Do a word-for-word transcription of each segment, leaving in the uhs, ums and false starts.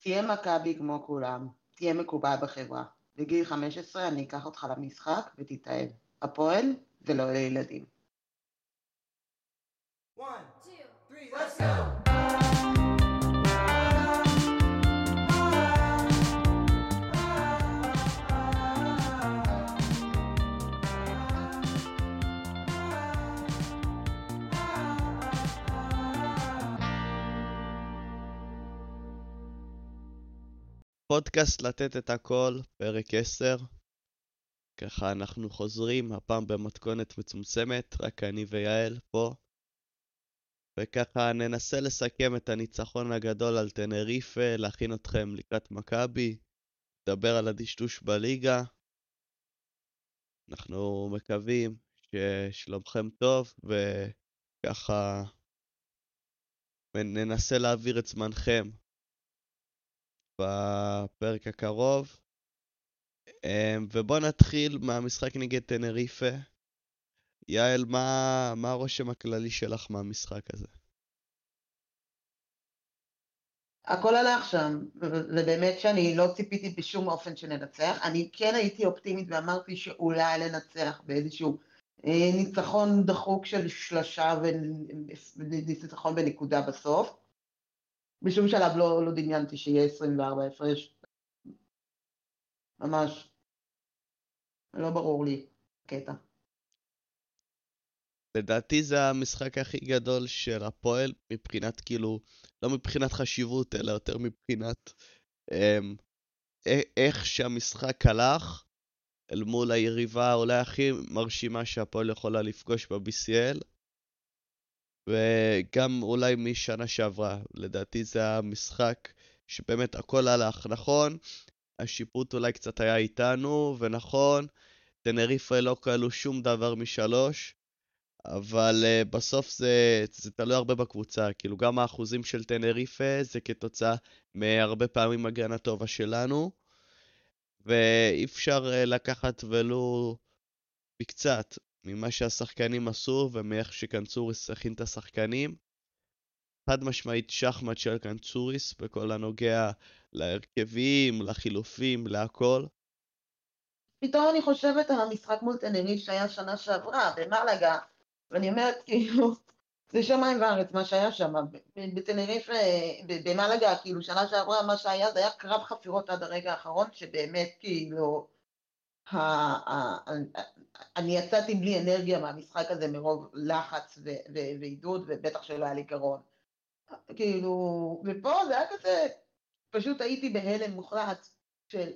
תהיה מכבי כמו כולם, תהיה מקובל בחברה. בגיל חמש עשרה אני אקח אותך למשחק ותתאהב. הפועל זה לא לילדים. One, two, three, let's go! פודקאסט לתת את הכל, פרק עשר. ככה אנחנו חוזרים, הפעם במתכונת מצומצמת, רק אני ויעל פה. וככה ננסה לסכם את הניצחון הגדול על טנריפה, להכין אתכם לקראת מכבי, לדבר על הדשדוש בליגה. אנחנו מקווים ששלומכם טוב, וככה ננסה להעביר את זמנכם בפרק הקרוב. ובוא נתחיל מהמשחק נגד טנריפה. יעל, מה, מה הרושם הכללי שלך מהמשחק הזה? הכל הלך שם, ובאמת שאני לא ציפיתי בשום אופן שננצח. אני כן הייתי אופטימית ואמרתי שאולי לנצח באיזשהו אה, ניצחון דחוק של שלושה וניצחון בנקודה בסוף. בשום שלב לא, לא דמיינתי שיהיה עשרים וארבע הפרש. ממש לא ברור לי קטע. לדעתי זה המשחק הכי גדול של הפועל, מבחינת כאילו, לא מבחינת חשיבות, אלא יותר מבחינת אמ, איך שהמשחק הלך, אל מול היריבה אולי הכי מרשימה שהפועל יכולה לפגוש ב-בי סי אל, וגם אולי משנה שעברה. לדעתי זה המשחק שבאמת הכל הלך נכון, השיפוט אולי קצת היה איתנו, ונכון, טנריפה לא קלו שום דבר משלוש, אבל uh, בסוף זה, זה תלוי הרבה בקבוצה, כאילו גם האחוזים של טנריפה זה כתוצאה מהרבה פעמים הגנה טובה שלנו, ואי אפשר uh, לקחת ולו בקצת ממה שהשחקנים עשו ומאיך שקנצוריס הכין את השחקנים. חד משמעית שחמט של קנצוריס בכל הנוגע להרכבים, לחילופים, להכל. פתאום אני חושבת על המשחק מול טנריף שהיה שנה שעברה, במלגה, ואני אומרת, כאילו, זה שמיים וארץ מה שהיה שם, בטנריף, במלגה, כאילו, שנה שעברה מה שהיה, זה היה קרב חפירות עד הרגע האחרון, שבאמת, כאילו, אני יצאתי בלי אנרגיה מהמשחק הזה מרוב לחץ ועידוד, ובטח שלא היה לי גרון. כאילו, ופה זה היה כזה, פשוט הייתי בהלם מוחלט של...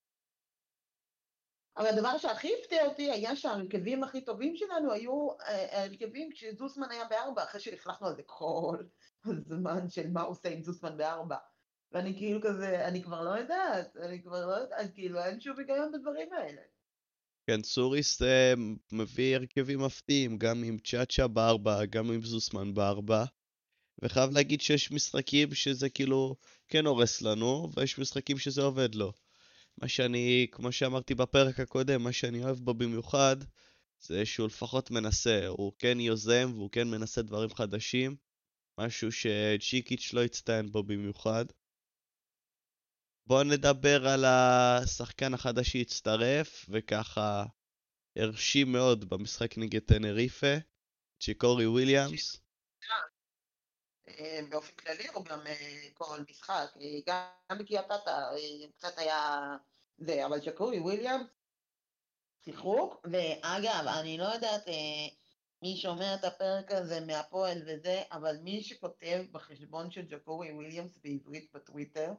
אבל הדבר שהכי הפתיע אותי היה שהרכבים הכי טובים שלנו היו הרכבים כשזוסמן היה בארבע, אחרי שלכלכנו על זה כל הזמן של מה עושה עם זוסמן בארבע. ואני כאילו כזה, אני כבר לא יודעת, אני כבר לא יודעת, כאילו אין שום היגיון בדברים האלה. כן, סוריס אה, מביא הרכבים מפתיעים, גם עם צ'אצ'ה בארבע, גם עם זוסמן בארבע. וחייב להגיד שיש משחקים שזה כאילו כן הורס לנו, ויש משחקים שזה עובד לו. מה שאני, כמו שאמרתי בפרק הקודם, מה שאני אוהב בו במיוחד, זה שהוא לפחות מנסה, הוא כן יוזם והוא כן מנסה דברים חדשים, משהו שצ'יקיץ' לא הצטיין בו במיוחד. בואו נדבר על השחקן החדש שהצטרף, וככה הרשים מאוד במשחק נגד טנריפה, צ'יקורי וויליאמס. באופן כללי או גם כל משחק, גם בקיאטטה קצת היה זה, אבל צ'קורי וויליאמס שיחוק, ואגב, אני לא יודעת מי שומע את הפרק הזה מהפועל וזה, אבל מי שכותב בחשבון של ג'קורי וויליאמס בעברית בטוויטר,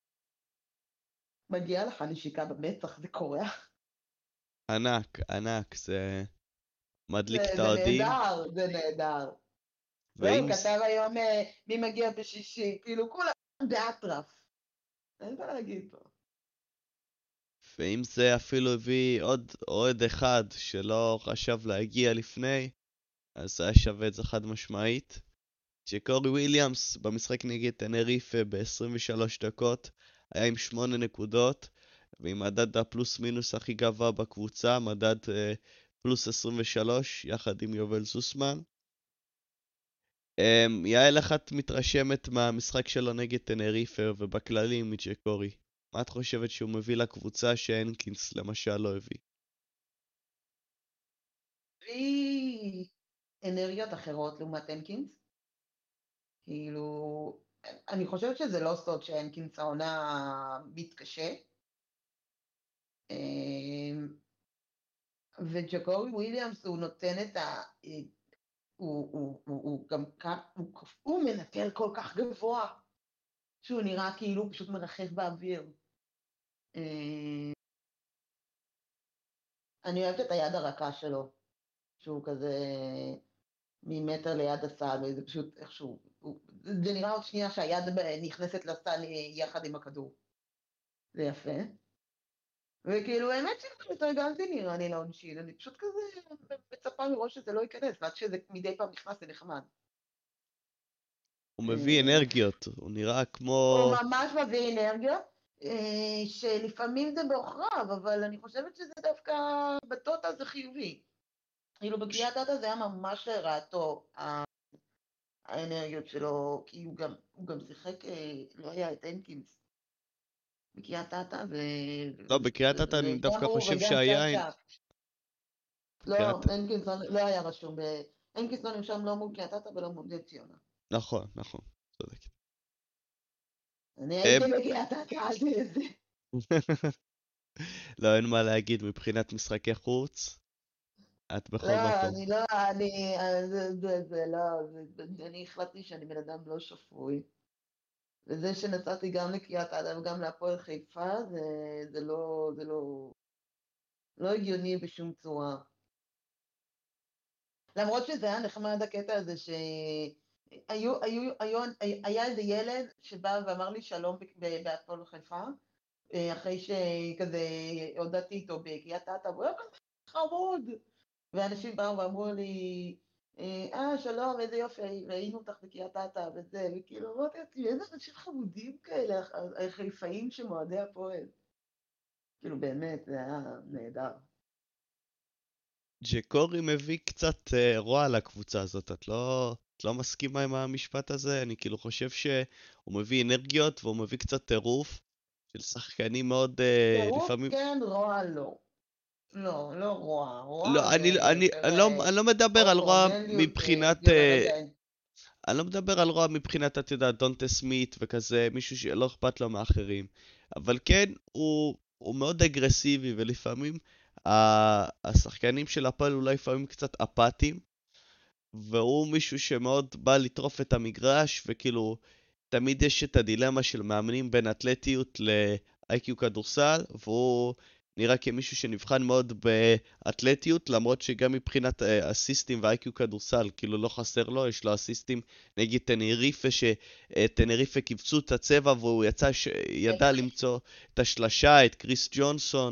מגיע לך נשיקה במצח, זה קורע. ענק, ענק, זה מדליק את זה האוהדים. נהדר, זה נהדר. ואם... והוא כתב היום מי מגיע בשישי, כאילו כולם באטרף. אין מה להגיד פה. ואם זה אפילו הביא עוד אוהד אחד שלא חשב להגיע לפני, אז זה היה שווה את זה חד משמעית. צ'קורי וויליאמס במשחק נגד טנריפה ב-עשרים ושלוש דקות היה עם שמונה נקודות, ועם מדד הפלוס מינוס הכי גבוה בקבוצה, מדד uh, פלוס עשרים ושלוש, יחד עם יובל זוסמן. אמ, יעל, איך את מתרשמת מהמשחק שלו נגד טנריפה ובכללי מג'קורי? מה את חושבת שהוא מביא לקבוצה שהנקינס למשל לא הביא? בלי אנרגיות אחרות לעומת הנקינס, כאילו, אני חושבת שזה לא סוד שהנקינס העונה מתקשה, אמ, וג'קורי וויליאמס הוא נותן את ה... הוא, הוא, הוא, הוא גם כך, הוא, הוא מנטר כל כך גבוה, שהוא נראה כאילו הוא פשוט מרחף באוויר. אה, אני אוהבת את היד הרכה שלו, שהוא כזה ממטר ליד הסל, וזה פשוט איכשהו, הוא, זה נראה עוד שנייה שהיד נכנסת לסל יחד עם הכדור. זה יפה. וכאילו, האמת שכבר התרגלתי נראה לי לעונשין, אני פשוט כזה מצפה מראש שזה לא ייכנס, ועד שזה מדי פעם נכנס זה נחמד. הוא מביא אה, אנרגיות, הוא נראה הוא כמו... ממש מביא אנרגיות, אה, שלפעמים זה בעוכריו, אבל אני חושבת שזה דווקא בטוטה זה חיובי. כאילו בקריאת דאטה זה היה ממש לרעתו, ה- האנרגיות שלו, כי הוא גם, הוא גם שיחק, אה, לא היה את הנקינס בקריאת דאטה, ו- לא, בקריית אתא אני וגם דווקא הוא חושב וגם צ'אפ שהיין... צ'אפ. לא, בקריית... הנקינס לא לא היה רשום, ב- הנקינס לא נרשם לא מול קריאת דאטה ולא מול בני ציונה. נכון, נכון, צודק. אני אמ, הייתי בקריאת דאטה, אל תהיה זה. לא, אין מה להגיד מבחינת משחקי חוץ, את לא, בכל מקום. אני לא, אני, זה, זה, זה לא, זה, זה- אני החלטתי שאני בן אדם לא שפוי. וזה שנסעתי גם לקריית אדם וגם להפועל חיפה, זה, זה לא, זה לא, לא הגיוני בשום צורה. למרות שזה היה נחמד הקטע הזה שהיו, היו, היו, היה איזה ילד שבא ואמר לי שלום ב- ב- בהפועל חיפה, אה, אחרי שכזה הודעתי איתו בקריית אתא, והוא היה כזה חמוד. ואנשים באו ואמרו לי, אה, שלום, איזה יופי, ראינו אותך בקריית אתא וזה, וכאילו, אמרתי לעצמי, איזה אנשים חמודים כאלה, החיפאים שמועדי הפועל. כאילו, באמת, זה היה נהדר. ג'קורי מביא קצת אה, רוע לקבוצה הזאת, את לא, את לא מסכימה עם המשפט הזה? אני כאילו חושב שהוא מביא אנרגיות והוא מביא קצת טירוף של שחקנים מאוד אה, טירוף לפעמים... כן, רוע לא. לא, לא רוע. רוע לא, זה אני, אני, יותר אני, לא, אה, אני לא מדבר על רוע אוטו-אנרגיות מבחינת... ויאללה אה, רגע. אני לא מדבר על רוע מבחינת, אתה יודע, דונטה סמית וכזה, מישהו שלא אכפת לו מאחרים. אבל כן, הוא, הוא מאוד אגרסיבי, ולפעמים ה- השחקנים של הפועל אולי לפעמים קצת אפאתיים, והוא מישהו שמאוד בא לטרוף את המגרש, וכאילו, תמיד יש את הדילמה של מאמנים בין אתלטיות ל-איי קיו כדורסל, והוא נראה כמישהו שנבחן מאוד באתלטיות, למרות שגם מבחינת אה, אסיסטים ו-איי קיו כדורסל, כאילו לא חסר לו, יש לו אסיסטים נגיד טנריפה, שטנריפה קיבצו את הצבע והוא יצא, ש... ידע למצוא את השלשה, את קריס ג'ונסון.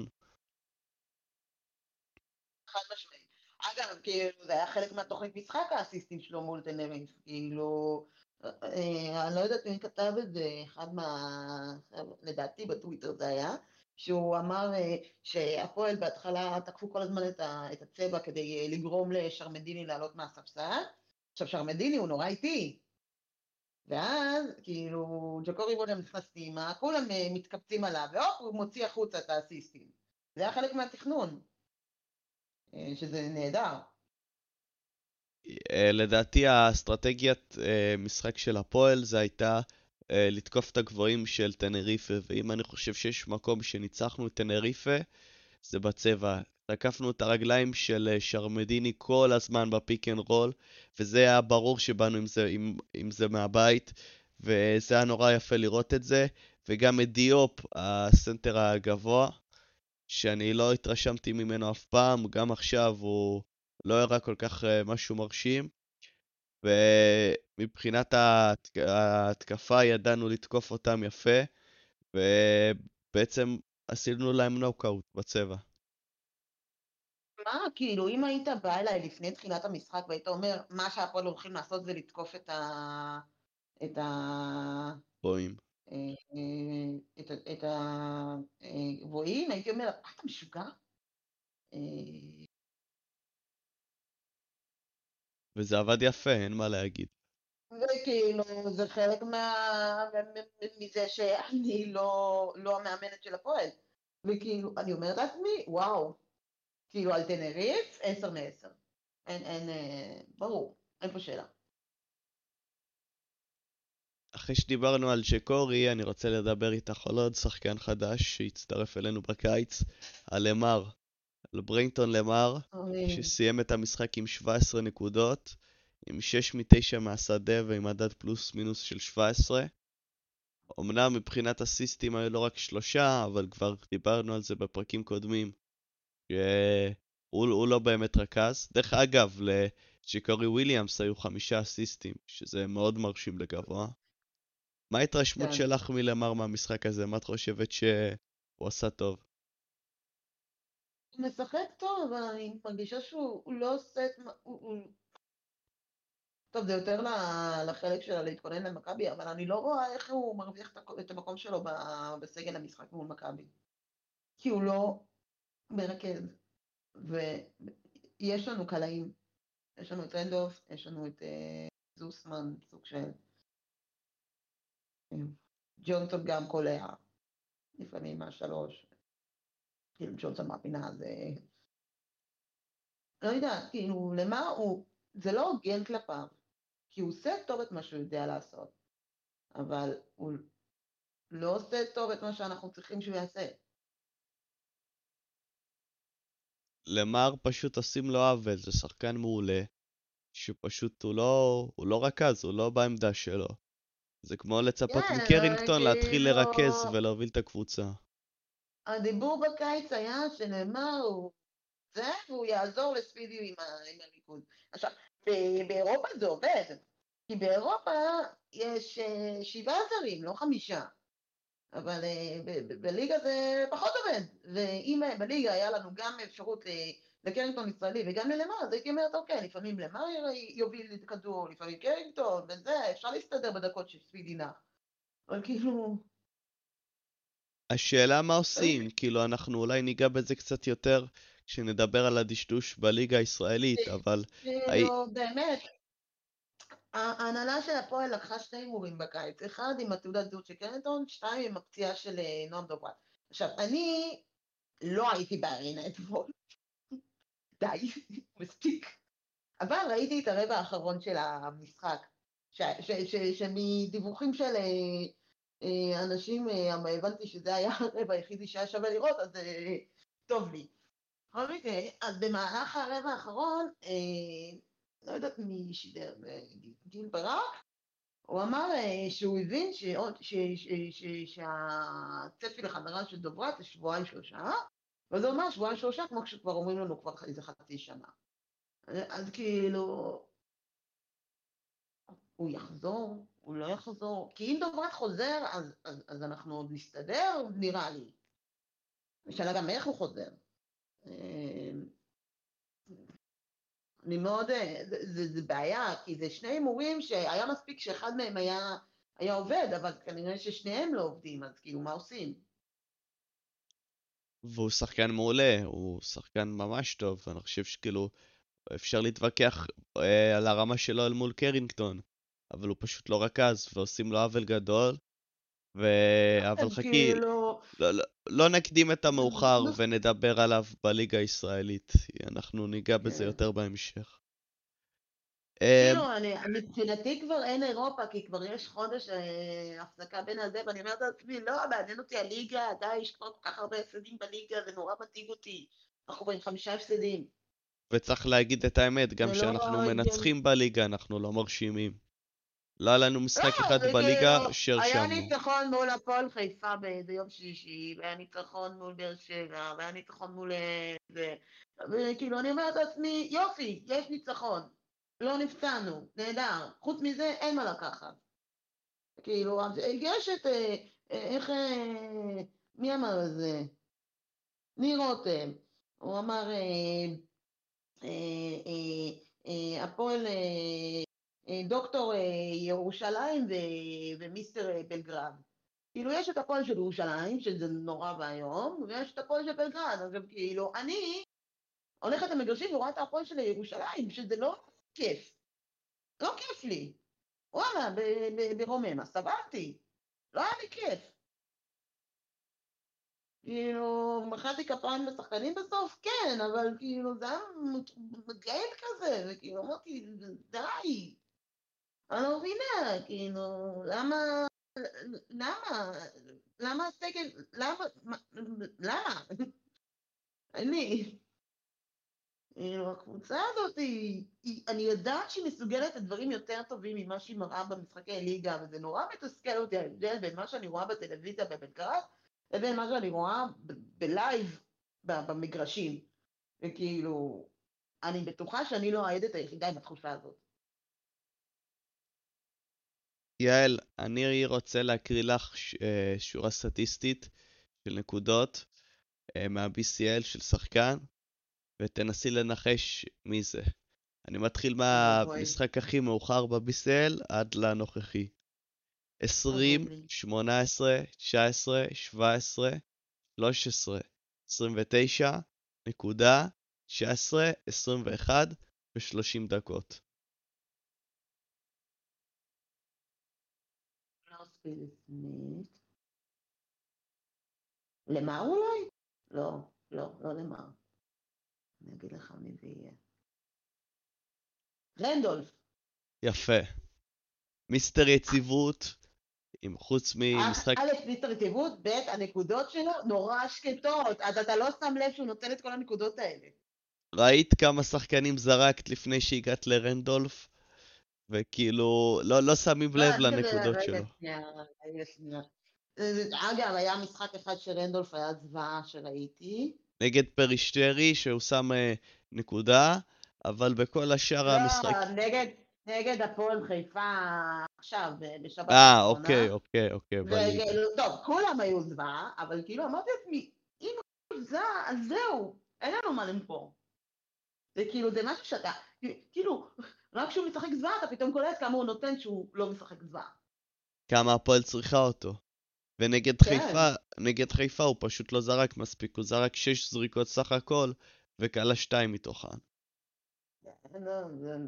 חד משמעית. אגב, כאילו, זה היה חלק מהתוכנית משחק האסיסטים שלו מול טנריף, כאילו, אה, אני לא יודעת מי כתב את זה, אחד מה... לדעתי בטוויטר זה היה, שהוא אמר אה, שהפועל בהתחלה תקפו כל הזמן את ה- את הצבע כדי אה, לגרום לשרמדיני לעלות מהספסל. עכשיו, שרמדיני הוא נורא איטי, ואז כאילו ג'קורי ווליאם נכנס פנימה, כולם אה, מתקבצים עליו, והופ, הוא מוציא החוצה את האסיסטים. זה היה חלק מהתכנון, אה, שזה נהדר. אה, לדעתי האסטרטגיית אה, משחק של הפועל זה הייתה אה, לתקוף את הגבוהים של טנריפה, ואם אני חושב שיש מקום שניצחנו את טנריפה, זה בצבע. תקפנו את הרגליים של אה, שרמדיני כל הזמן בפיק אנד רול, וזה היה ברור שבאנו עם זה, עם, עם זה מהבית, וזה היה נורא יפה לראות את זה, וגם את דיופ, הסנטר הגבוה, שאני לא התרשמתי ממנו אף פעם, גם עכשיו הוא לא הראה כל כך אה, משהו מרשים, ומבחינת ההתק- ההתקפה ידענו לתקוף אותם יפה, ובעצם עשינו להם נוקאוט בצבע. מה, כאילו, אם היית בא אליי לפני תחילת המשחק והיית אומר, מה שהפועל הולכים לעשות זה לתקוף את ה... את ה... רואים. אה, אה, את ה- את הגבוהים, הייתי אומר, מה אתה משוגע? אה, וזה עבד יפה, אין מה להגיד. וכאילו, זה חלק מה... מזה שאני לא, לא המאמנת של הפועל. וכאילו, אני אומרת לעצמי, וואו, כאילו על תנריף, עשר מעשר. אין, אין, אה, ברור, אין פה שאלה. אחרי שדיברנו על שקורי, אני רוצה לדבר איתך על עוד שחקן חדש שהצטרף אלינו בקיץ, על למר, על ברינגטון למר, אוי, שסיים את המשחק עם שבע עשרה נקודות, עם שש מתשע מהשדה ועם מדד פלוס מינוס של שבע עשרה. אמנם מבחינת אסיסטים היו לא רק שלושה, אבל כבר דיברנו על זה בפרקים קודמים, שהוא הוא לא באמת רכז. דרך אגב, לג'קורי וויליאמס היו חמישה אסיסטים, שזה מאוד מרשים לגבוה. מה ההתרשמות כן. שלך מלמר מהמשחק הזה? מה את חושבת שהוא עשה טוב? הוא משחק טוב, אבל אני מרגישה שהוא הוא לא עושה את מה... הוא, הוא... טוב, זה יותר ל- לחלק של להתכונן למכבי, אבל אני לא רואה איך הוא מרוויח את הכ- את המקום שלו ב- בסגל המשחק מול מכבי. כי הוא לא מרכז. ויש לנו קלעים. יש לנו את רנדולף, יש לנו את אה, זוסמן, סוג של... אה, ג'ונסון גם קולע, לפעמים מהשלוש. כאילו ג'ונסון מהפינה, זה... לא יודעת, כאילו, למה הוא... זה לא הוגן כלפיו, כי הוא עושה טוב את מה שהוא יודע לעשות, אבל הוא לא עושה טוב את מה שאנחנו צריכים שהוא יעשה. למר פשוט עושים לו עוול, זה שחקן מעולה, שפשוט הוא לא, הוא לא רכז, הוא לא בעמדה שלו. זה כמו לצפות כן, אבל מקרינגטון להתחיל כאילו... לרכז ולהוביל את הקבוצה. הדיבור בקיץ היה שנאמר הוא זה, והוא יעזור לספידי עם, ה... עם הליכוד. עכשיו, ב- באירופה זה עובד, כי באירופה יש אה, שבעה זרים, לא חמישה. אבל אה, ב- ב- בליגה זה פחות עובד. ואם אה, בליגה היה לנו גם אפשרות ל- לקרינגטון ישראלי וגם ללמר, אז הייתי אומרת, אוקיי, לפעמים למר יוביל את הכדור, לפעמים קרינגטון, וזה, אפשר להסתדר בדקות שספידי נח. אבל כאילו... השאלה מה עושים, כאילו אנחנו אולי ניגע בזה קצת יותר כשנדבר על הדשדוש בליגה הישראלית, אבל הי- כאילו, באמת, ההנהלה של הפועל לקחה שני הימורים בקיץ, אחד עם התעודת זהות של קרינגטון, שתיים עם הפציעה של אה, נועם דוברת. עכשיו, אני לא הייתי בארינה אתמול, די, מספיק. אבל ראיתי את הרבע האחרון של המשחק, ש- ש- ש- שמדיווחים של אה, אה, אנשים, אה, הבנתי שזה היה הרבע היחידי שהיה שווה לראות, אז אה, טוב לי. בכל מקרה, אז במהלך הרבע האחרון, אה, לא יודעת מי שידר, אה, גיל ברק, הוא אמר אה, שהוא הבין שעוד- ש- ש- ש- שהצפי לחזרה של דוברת זה שבועיים שלושה, ואז הוא אמר שבועיים שלושה כמו שכבר אומרים לנו כבר איזה חצי שנה. אז כאילו, הוא יחזור, הוא לא יחזור, כי אם דוברת חוזר, אז, אז, אז אנחנו עוד נסתדר, נראה לי. השאלה גם איך הוא חוזר. אה, אני מאוד, אה, זה, זה, זה בעיה, כי זה שני הימורים שהיה מספיק שאחד מהם היה, היה עובד, אבל כנראה ששניהם לא עובדים, אז כאילו, מה עושים? והוא שחקן מעולה, הוא שחקן ממש טוב, אני חושב שכאילו אפשר להתווכח אה, על הרמה שלו אל מול קרינגטון, אבל הוא פשוט לא רכז, ועושים לו עוול גדול, ו... אבל אז חכי, כאילו, לא, לא, לא נקדים את המאוחר ונדבר עליו בליגה הישראלית, אנחנו ניגע בזה כן. יותר בהמשך. אה, כאילו, אני, מבחינתי כבר אין אירופה, כי כבר יש חודש אה, הפסקה בין הזה, ואני אומרת לעצמי, לא, מעניין אותי הליגה, די, יש כבר כל כך הרבה הפסדים בליגה, זה נורא מדאיג אותי. אנחנו כבר עם חמישה הפסדים. וצריך להגיד את האמת, גם זה לא כשאנחנו הגיוני. מנצחים בליגה אנחנו לא מרשימים. לא היה לנו לא, משחק אחד זה בליגה כאילו, היה שהרשמנו. ניצחון מול הפועל חיפה ב- ביום שלישי, והיה ניצחון מול באר שבע, והיה ניצחון מול... אה, זה. וכאילו, אני אומרת לעצמי, יופי, יש ניצחון. לא נפצענו, נהדר. חוץ מזה, אין מה לקחת. כאילו, אז יש את, אה, אה, איך, אה, מי אמר את זה? ניר רותם. הוא אמר, אה, אה, אה, אה, הפועל, אה, אה, דוקטור אה, ירושלים ו- ומיסטר אה, בלגרד. כאילו, יש את הפועל של ירושלים, שזה נורא ואיום, ויש את הפועל של בלגרד. אז כאילו, אני הולכת למגרשים ורואה את הפועל של ירושלים, שזה לא כיף. לא כיף לי. וואלה, ב- ב- ברוממה, סבלתי, לא היה לי כיף. כאילו, מחאתי כפיים לשחקנים בסוף, כן, אבל כאילו, זה היה מגעיל כזה, וכאילו, אמרתי, די, אני לא מבינה, כאילו, למה, למה, למה הסגל, למה, מה- למה? אני, כאילו, הקבוצה הזאת, היא, היא, אני יודעת שהיא מסוגלת לדברים יותר טובים ממה שהיא מראה במשחקי ליגה, וזה נורא מתסכל אותי ההבדל בין מה שאני רואה בטלוויזיה בבלגרד, לבין מה שאני רואה ב- בלייב ב- במגרשים. וכאילו, אני בטוחה שאני לא העדת היחידה עם התחושה הזאת. יעל, אני רוצה להקריא לך ש- אה, שורה סטטיסטית של נקודות אה, מה-בי סי אל של שחקן, ותנסי לנחש מי זה. אני מתחיל אוי אבוי, מהמשחק הכי מאוחר ב-בי סי אל עד לנוכחי. עשרים, אבוי. שמונה עשרה, תשע עשרה, שבע עשרה, שלוש עשרה, עשרים ותשע, נקודה, תשע עשרה, עשרים ואחת ו-שלושים דקות. לא ספיל סמית. למר אולי? לא, לא, לא למר. אני אגיד לך מי זה יהיה. רנדולף. יפה. מיסטר יציבות, עם חוץ ממשחק... א', מיסטר יציבות, ב', הנקודות שלו נורא שקטות, אז אתה לא שם לב שהוא נותן את כל הנקודות האלה. ראית כמה שחקנים זרקת לפני שהגעת לרנדולף? וכאילו, לא, לא שמים לא, לב רגע, לנקודות רגע, שלו. שנייה, רגע, שנייה. אגב, היה משחק אחד שרנדולף היה זוועה שראיתי. נגד פרישטרי, שהוא שם אה, נקודה, אבל בכל השאר לא, המשחק... נגד, נגד הפועל חיפה עכשיו, ב- בשבת אה, האחרונה. אוקיי, אוקיי, אוקיי, בליגה. וכאילו, טוב, כולם היו זוועה, אבל כאילו אמרתי לעצמי, אם הוא זוועה, אז זהו, אין לנו מה למכור. זה כאילו, זה משהו שאתה, כאילו, רק כשהוא משחק זוועה, אתה פתאום קולט כמה הוא נותן שהוא לא משחק זוועה. כמה הפועל צריכה אותו. ונגד כן. חיפה, נגד חיפה הוא פשוט לא זרק מספיק, הוא זרק שש זריקות סך הכל, וכלה שתיים מתוכן. לא, זה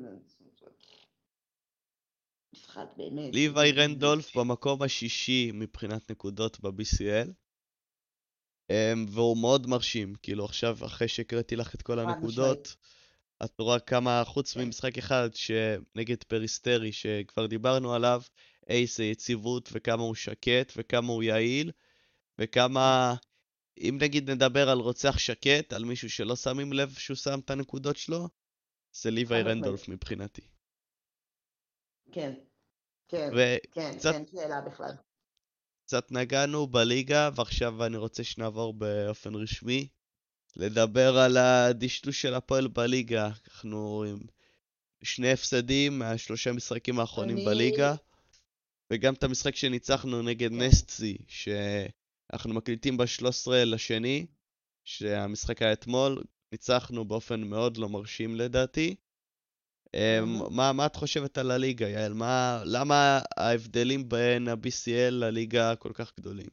משחק באמת. ליוואי רנדולף במקום השישי מבחינת נקודות ב-בי סי אל, אמ, והוא מאוד מרשים, כאילו עכשיו אחרי שהקראתי לך את כל חד משמעית. הנקודות, את רואה כמה, חוץ כן. ממשחק אחד שנגד פריסטרי שכבר דיברנו עליו, איזה יציבות וכמה הוא שקט וכמה הוא יעיל, וכמה, אם נגיד נדבר על רוצח שקט, על מישהו שלא שמים לב שהוא שם את הנקודות שלו, זה ליוואי חד משמעית. רנדולף מבחינתי. כן, כן, כן, וקצת אין שאלה בכלל. קצת נגענו בליגה, ועכשיו אני רוצה שנעבור באופן רשמי לדבר על הדשדוש של הפועל בליגה. אנחנו עם שני הפסדים מהשלושה משחקים האחרונים אני, בליגה, וגם את המשחק שניצחנו נגד כן. נסטסי, שאנחנו מקליטים ב-שלושה עשר לשני, שהמשחק היה אתמול, ניצחנו באופן מאוד לא מרשים לדעתי. אמ, מהמם. מה, מה את חושבת על הליגה, יעל? מה, למה ההבדלים בין ה-בי סי אל לליגה כל כך גדולים?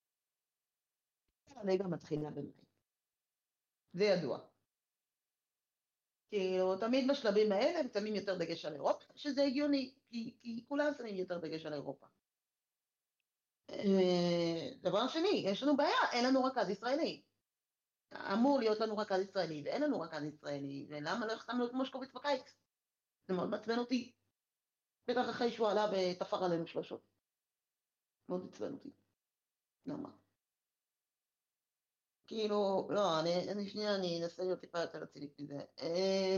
הליגה מתחילה במאי. זה ידוע. כאילו, תמיד בשלבים האלה הם שמים יותר דגש על אירופה, שזה הגיוני, כי, כי כולם שמים יותר דגש על אירופה. אה, דבר שני, יש לנו בעיה, אין לנו רכז ישראלי. אמור להיות לנו רכז ישראלי, ואין לנו רכז ישראלי, ולמה לא החתמנו את מושקוביץ בקיץ? זה מאוד מעצבן אותי. בטח אחרי שהוא עלה ותפר עלינו שלושות. מאוד עצבן אותי. למה? כאילו, לא, אני, אני שנייה, אני אנסה להיות טיפה יותר רצינית מזה. אה,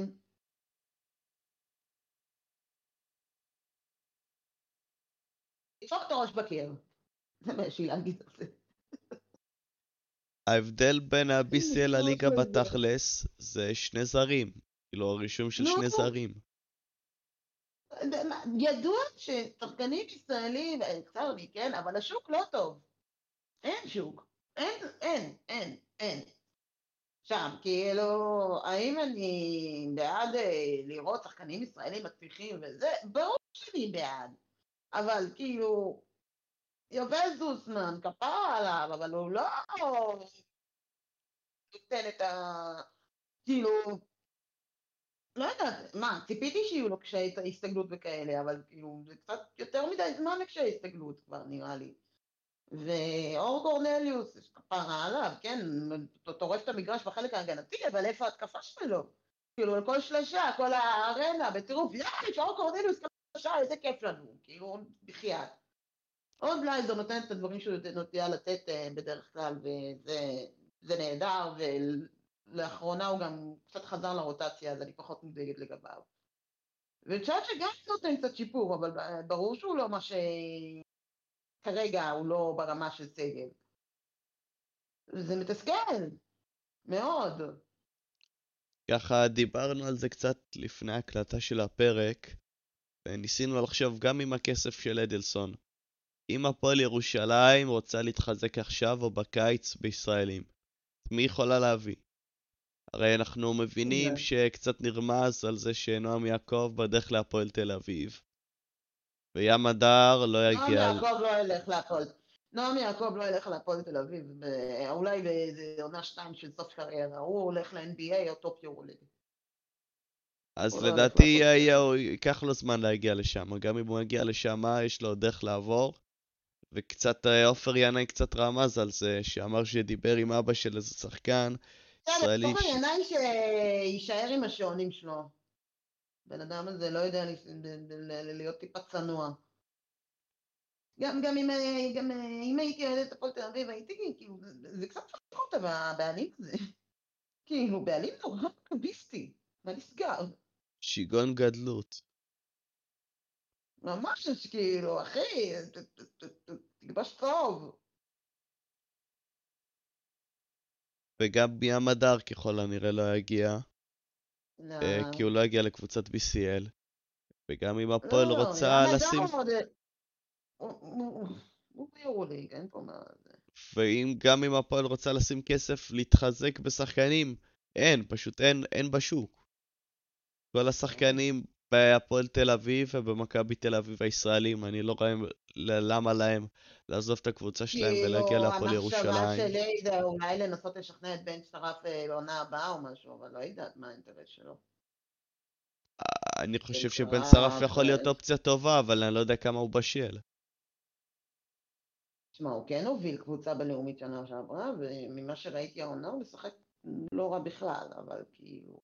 לדפוק את הראש בקיר. זה מה שהיא להגיד על זה. ההבדל בין ה-בי סי אל ממש לליגה לא יודע. בתכלס זה שני זרים, כאילו הרישום של נו, שני זרים. ידוע ששחקנים ישראלים, אה, צר לי, כן, אבל השוק לא טוב. אין שוק. אין, אין, אין, אין. שם, כאילו, האם אני בעד אה, לראות שחקנים ישראלים מצליחים וזה? ברור שאני בעד. אבל כאילו, יובל זוסמן, כפרה עליו, אבל הוא לא נותן את ה... כאילו, לא יודעת, מה, ציפיתי שיהיו לו קשיי הסתגלות וכאלה, אבל כאילו, זה קצת יותר מדי זמן לקשיי הסתגלות כבר, נראה לי. ואור קורנליוס, יש כפרה עליו, כן, טורף את המגרש בחלק ההגנתי, אבל איפה ההתקפה שלו? כאילו, על כל שלושה, כל הארנה, בטירוף, יש, אור קורנליוס שלושה, איזה כיף לנו, כאילו, בחייאת. עוד בלייזר נותן את הדברים שהוא נוטה לתת אה, בדרך כלל, וזה זה נהדר, ולאחרונה הוא גם קצת חזר לרוטציה, אז אני פחות מודאגת לגביו. וצ'אט שגם נותן קצת שיפור, אבל ברור שהוא לא מה ש... כרגע הוא לא ברמה של סגל. זה מתסכל, מאוד. ככה דיברנו על זה קצת לפני ההקלטה של הפרק, וניסינו לחשוב גם עם הכסף של אדלסון. אם הפועל ירושלים רוצה להתחזק עכשיו או בקיץ בישראלים, מי יכולה להביא? הרי אנחנו מבינים שקצת נרמז על זה שנועם יעקב בדרך להפועל תל אביב. וים הדר לא נועם יגיע... יעקב לא ילך להפועל. נועם יעקב לא ילך להפועל תל אביב, אולי באיזה עונה שתיים של סוף קריירה, הוא הולך ל-אן בי איי או טופ יורוליג. אז הוא לא הולך לדעתי להפועל תל היה- אביב. הוא ייקח לו זמן להגיע לשם, גם אם הוא יגיע לשם יש לו דרך לעבור. וקצת אה, עופר ינאי קצת רמז על זה, שאמר שדיבר עם אבא של איזה שחקן בסדר, ישראלי. עופר ש- ינאי שיישאר עם השעונים שלו. בן אדם הזה לא יודע ל- ל- ל- להיות טיפה צנוע. גם, גם, אם, גם אם הייתי ילדת הפועל תל אביב, הייתי, כאילו, זה זה קצת פחות אותה הבעלים הזה. כאילו, בעלים נורא קביסטי, מה נסגר? שיגעון גדלות. ממש, כאילו, אחי, ת- ת- ת- ת- תגבש טוב. וגם ים הדר ככל הנראה לא יגיע, לא, אה, כי הוא לא יגיע לקבוצת בי סי אל. וגם אם הפועל לא, רוצה ים הדר לשים... עוד... הוא- הוא הוא ביורוליג, אין פה מה... זה. ואם גם אם הפועל רוצה לשים כסף להתחזק בשחקנים, אין, פשוט אין, אין בשוק. כל השחקנים בהפועל תל אביב ובמכבי תל אביב הישראלים, אני לא רואה למה להם לעזוב את הקבוצה שלהם ולהגיע כאילו, להפועל המחשבה ירושלים. שלי זה אולי לנסות לשכנע את בן שטרף אה, לעונה הבאה או משהו, אבל לא יודעת מה האינטרס שלו. אני חושב בן שבן שרף שרף, יכול להיות אה, אופציה טובה, אבל אני לא יודע כמה הוא בשל. תשמע, הוא כן הוביל קבוצה בלאומית שנה שעברה, וממה שראיתי העונה הוא משחק לא רע בכלל, אבל כאילו...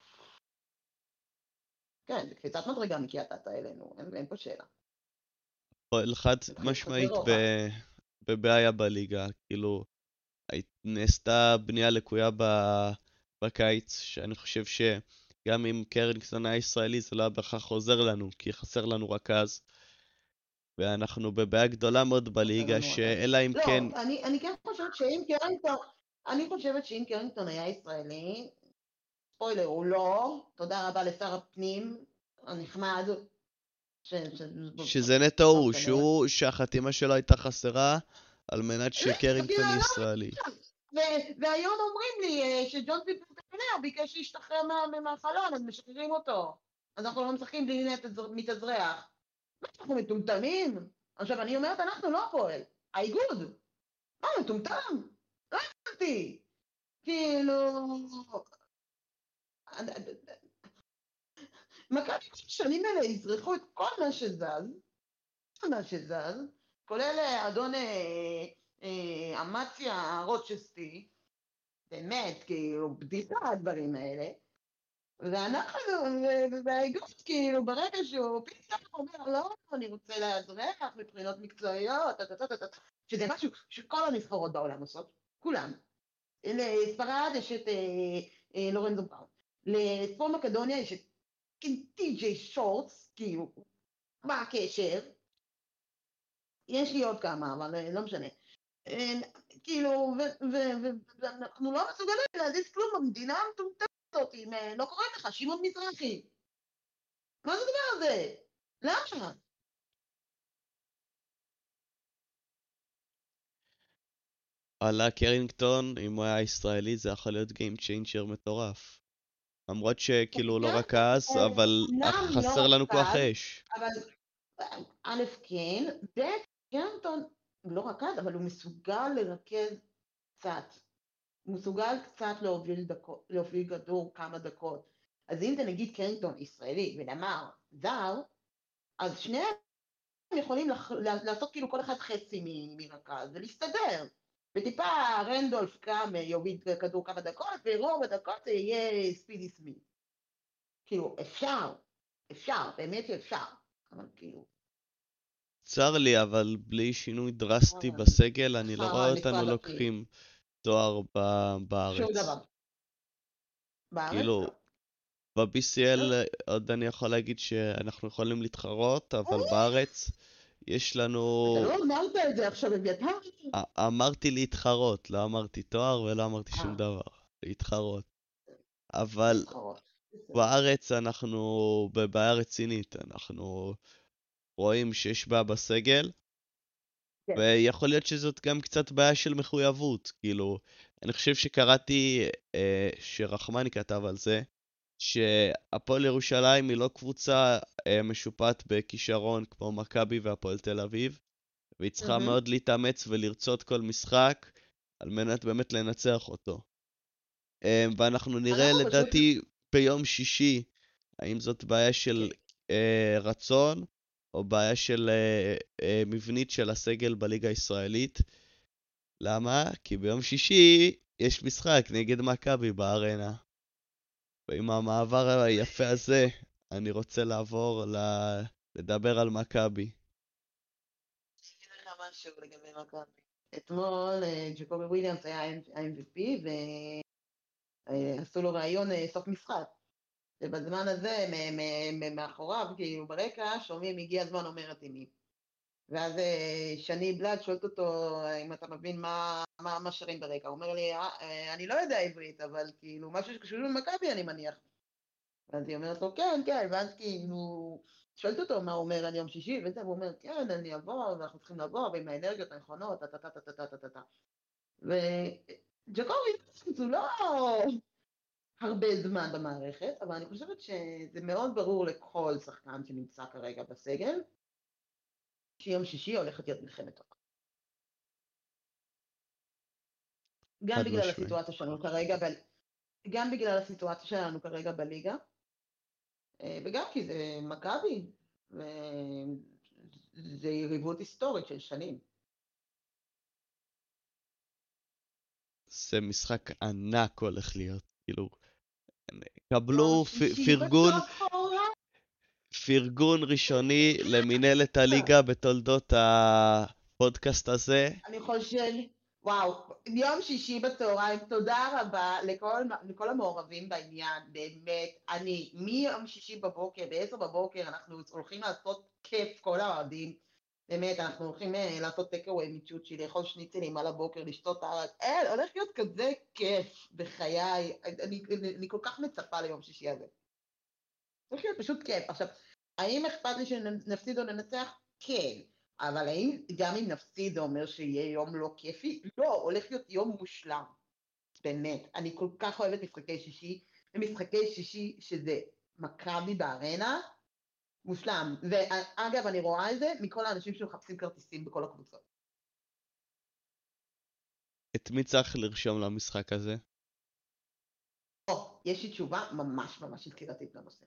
כן, זה קפיצת מדרגה מקריית אלינו, אין, אין פה שאלה. הפועל חד זה משמעית חסר ב... רוחב. בבעיה בליגה, כאילו, הי- נעשתה בנייה לקויה ב... בקיץ, שאני חושב שגם אם קרנגסון היה ישראלי זה לא היה בהכרח עוזר לנו, כי חסר לנו רכז, ואנחנו בבעיה גדולה מאוד חסר בליגה, לנו רכז. שאלא אם לא, כן... אני, אני כן חושבת שאם קרינגטון, אני חושבת שאם קרינגטון היה ישראלי, ספוילר, הוא לא, תודה רבה לשר הפנים הנחמד, ש... ש... שזה נטו לא הוא, משנה. שהוא, שהחתימה שלו הייתה חסרה על מנת כאילו, שקרינגטון יהיה לא, ישראלי. ו- והיום אומרים לי אה, שג'ון פיפרטנר ביקש להשתחרר מה- מהחלון, אז משחררים אותו. אז אנחנו לא משחקים בלי נט מתאזרח. מה, אנחנו מטומטמים? עכשיו, אני אומרת, אנחנו לא הפועל, האיגוד. מה, מטומטם? לא הבנתי. כאילו... מכבי כל השנים האלה יזרחו את כל מה שזז, כל מה שזז, כולל אדון אה, אה, אמציה רוצ'סטי, באמת, כאילו, בדיחה הדברים האלה. ואנחנו, והאיגוד, כאילו, ברגע שהוא פתאום אומר, לא, אני רוצה לאזרח מבחינות מקצועיות, שזה משהו שכל הנבחרות בעולם עושות, כולם. לספרד יש את אה, אה, לורנזו בראון. לצפון מקדוניה יש את טי.ג'יי שורטס, כאילו, מה הקשר? יש לי עוד כמה, אבל אה, לא משנה. אה, כאילו, ואנחנו לא מסוגלים להזיז כלום במדינה המטומטמת הזאת, אם אה, לא קוראים לך שמעון מזרחי. מה זה הדבר הזה? למה? עלה קרינגטון, אם הוא היה ישראלי, זה יכול להיות Game Changer מטורף. למרות שכאילו הוא לא רכז, אבל אומנם חסר לא לנו כוח רכז, אש. אבל א' כן, וקרינגטון לא רכז, אבל הוא מסוגל לרכז קצת. הוא מסוגל קצת להוביל, דקות, להוביל כדור כמה דקות. אז אם זה נגיד קרינגטון ישראלי ונאמר זר, אז שניהם יכולים לח... לעשות כאילו כל אחד חצי מרכז ולהסתדר. וטיפה רנדולף גם יוביל כדור כמה דקות, ורוב הדקות זה יהיה ספידי סמית. כאילו, אפשר, אפשר, באמת שאפשר, אבל כאילו... צר לי, אבל בלי שינוי דרסטי אה, בסגל, אני לא רואה שרה, אותנו משרד הפנים, לוקחים תואר ב- שום בארץ. דבר. בארץ כאילו, לא. ב-בי סי אל לא. עוד אני יכול להגיד שאנחנו יכולים להתחרות, אבל בארץ יש לנו... אתה לא אמרת את זה עכשיו אביתר? א- אמרתי להתחרות, לא אמרתי תואר ולא אמרתי שום אה, דבר. להתחרות. אבל להתחרות. בסדר. בארץ אנחנו בבעיה רצינית, אנחנו רואים שיש בעיה בסגל, כן. ויכול להיות שזאת גם קצת בעיה של מחויבות. כאילו, אני חושב שקראתי אה, שרחמני כתב על זה, שהפועל ירושלים היא לא קבוצה אה, משופעת בכישרון כמו מכבי והפועל תל אביב, והיא צריכה מהמם. מאוד להתאמץ ולרצות כל משחק על מנת באמת לנצח אותו. אה, ואנחנו נראה אנחנו פשוט... לדעתי ביום שישי האם זאת בעיה של כן. אה, רצון או בעיה של אה, אה, מבנית של הסגל בליגה הישראלית. למה? כי ביום שישי יש משחק נגד מכבי בארנה. ועם המעבר היפה הזה, אני רוצה לעבור ל... לדבר על מכבי. אני אגיד לך משהו לגבי מכבי. אתמול אה, ג'קובי וויליאמס היה ה-אם וי פי ועשו לו ראיון אה, סוף משחק. ובזמן הזה, מ- מ- מ- מאחוריו, כאילו ברקע, שומעים הגיע הזמן אומרת עם מי. ואז אה, שני בלאד שואלת אותו אם אתה מבין מה, מה, מה שרים ברקע. הוא אומר לי, "אה, אה, אני לא יודע עברית, אבל כאילו משהו שקשור למכבי אני מניח. ואז היא אומרת לו, כן, כן, ואז כאילו, שואלת אותו מה הוא אומר על יום שישי, וזה, והוא אומר, כן, אני אבוא, ואנחנו צריכים לבוא, ועם האנרגיות הנכונות, טה טה טה טה טה טה טה טה. וג'קובי, הוא לא הרבה זמן במערכת, אבל אני חושבת שזה מאוד ברור לכל שחקן שנמצא כרגע בסגל, שיום שישי הולכת להיות מלחמת עולם. גם חד בגלל משמעי. הסיטואציה שלנו כרגע, ב... גם בגלל הסיטואציה שלנו כרגע בליגה, אה, וגם כי זה מכבי, וזה יריבות היסטורית של שנים. זה משחק ענק הולך להיות. כאילו, יום קבלו פ- שישי פרגון, בצהריים. פרגון ראשוני למנהלת הליגה בתולדות הפודקאסט הזה. אני חושב, וואו, יום שישי בצהריים, תודה רבה לכל, לכל המעורבים בעניין, באמת, אני, מיום שישי בבוקר, בעשר בבוקר, אנחנו הולכים לעשות כיף, כל האוהדים, באמת, אנחנו הולכים אה, לעשות טקאווי מצ'וצ'י, לאכול שניצלים על הבוקר, לשתות ערד, אין, הולך להיות כזה כיף בחיי, אני, אני, אני כל כך מצפה ליום שישי הזה. הולך להיות פשוט כיף. עכשיו, האם אכפת לי שנפסיד או ננצח? כן. אבל האם גם אם נפסיד זה אומר שיהיה יום לא כיפי? לא, הולך להיות יום מושלם. באמת. אני כל כך אוהבת משחקי שישי, ומשחקי שישי שזה מכבי בארנה, מושלם. ואגב, אני רואה את זה מכל האנשים שמחפשים כרטיסים בכל הקבוצות. את מי צריך לרשום למשחק הזה? או, יש לי תשובה ממש ממש יצירתית לנושא.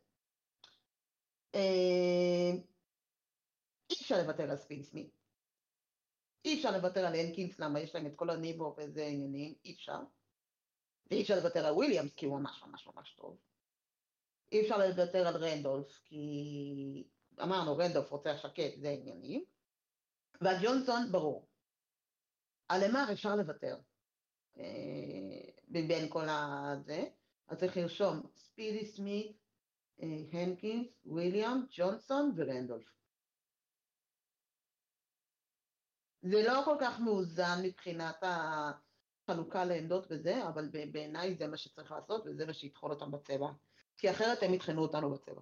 אה, אי אפשר לוותר על ספיד סמית. אי אפשר לוותר על הנקינס, למה יש להם את כל הניבו וזה עניינים, אי אפשר. ואי אפשר לוותר על וויליאמס, כי הוא ממש ממש ממש טוב. אי אפשר לוותר על רנדולף, כי אמרנו, רנדולף רוצח שקט, זה עניינים. ועל ג'ונסון, ברור. על אמר אפשר לוותר. אה, בין כל הזה. אז צריך לרשום ספידי סמית, אה, הנקינס, וויליאם, ג'ונסון ורנדולף. זה לא כל כך מאוזן מבחינת החלוקה לעמדות וזה, אבל בעיניי זה מה שצריך לעשות, וזה מה שידחול אותם בצבע. כי אחרת הם יטחנו אותנו בצבע.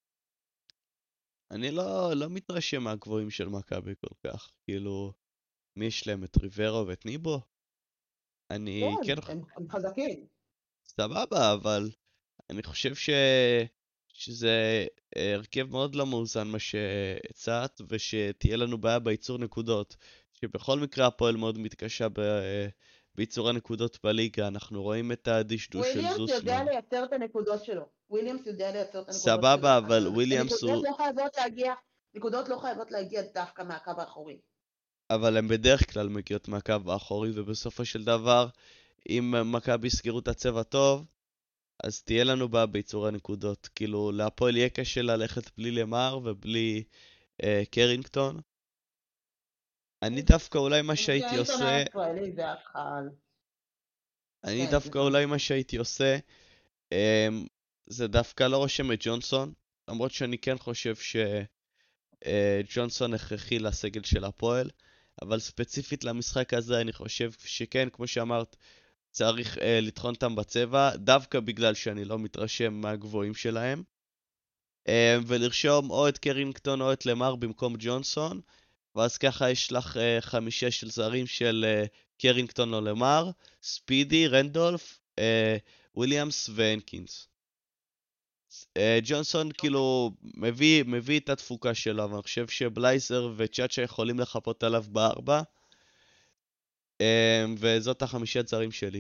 אני לא, לא מתרשם מהגבוהים של מכבי כל כך. כאילו, מי יש להם? את ריברו ואת ניבו? אני כן, כן, הם, הם חזקים. סבבה, אבל אני חושב ש... שזה אה, הרכב מאוד לא מאוזן מה שהצעת, ושתהיה לנו בעיה בייצור נקודות, שבכל מקרה הפועל מאוד מתקשה ב... בייצור הנקודות בליגה, אנחנו רואים את הדשדוש של וויליאמס יודע זוסמן. לייצר את הנקודות שלו. וויליאמס יודע לייצר את הנקודות שלו. סבבה, אבל אז וויליאמס הנקודות הוא... לא חייבות להגיע, נקודות לא חייבות להגיע דווקא מהקו האחורי. אבל הן בדרך כלל מגיעות מהקו האחורי, ובסופו של דבר, אם מכבי יסגרו את הצבע טוב, אז תהיה לנו בעיה בייצור הנקודות. כאילו, להפועל יהיה קשה ללכת בלי למר ובלי אה, קרינגטון. אני דווקא אולי מה שהייתי העיתון עושה, הישראלי זה הקהל. אני כן, דווקא סליחה. אולי מה שהייתי עושה, אמ, זה דווקא לא רושם את ג'ונסון, למרות שאני כן חושב שג'ונסון הכרחי לסגל של הפועל, אבל ספציפית למשחק הזה אני חושב שכן, כמו שאמרת, צריך אה, לטחון אותם בצבע, דווקא בגלל שאני לא מתרשם מהגבוהים שלהם, אמ, ולרשום או את קרינגטון או את למר במקום ג'ונסון, ואז ככה יש לך אה, חמישה של זרים של אה, קרינגטון או למר, ספידי, רנדולף, אה, וויליאמס והנקינס. אה, ג'ונסון כאילו מביא, מביא את התפוקה שלו, אבל אני חושב שבלייזר וצ'אצ'ה יכולים לחפות עליו בארבע, אה, וזאת החמישת זרים שלי.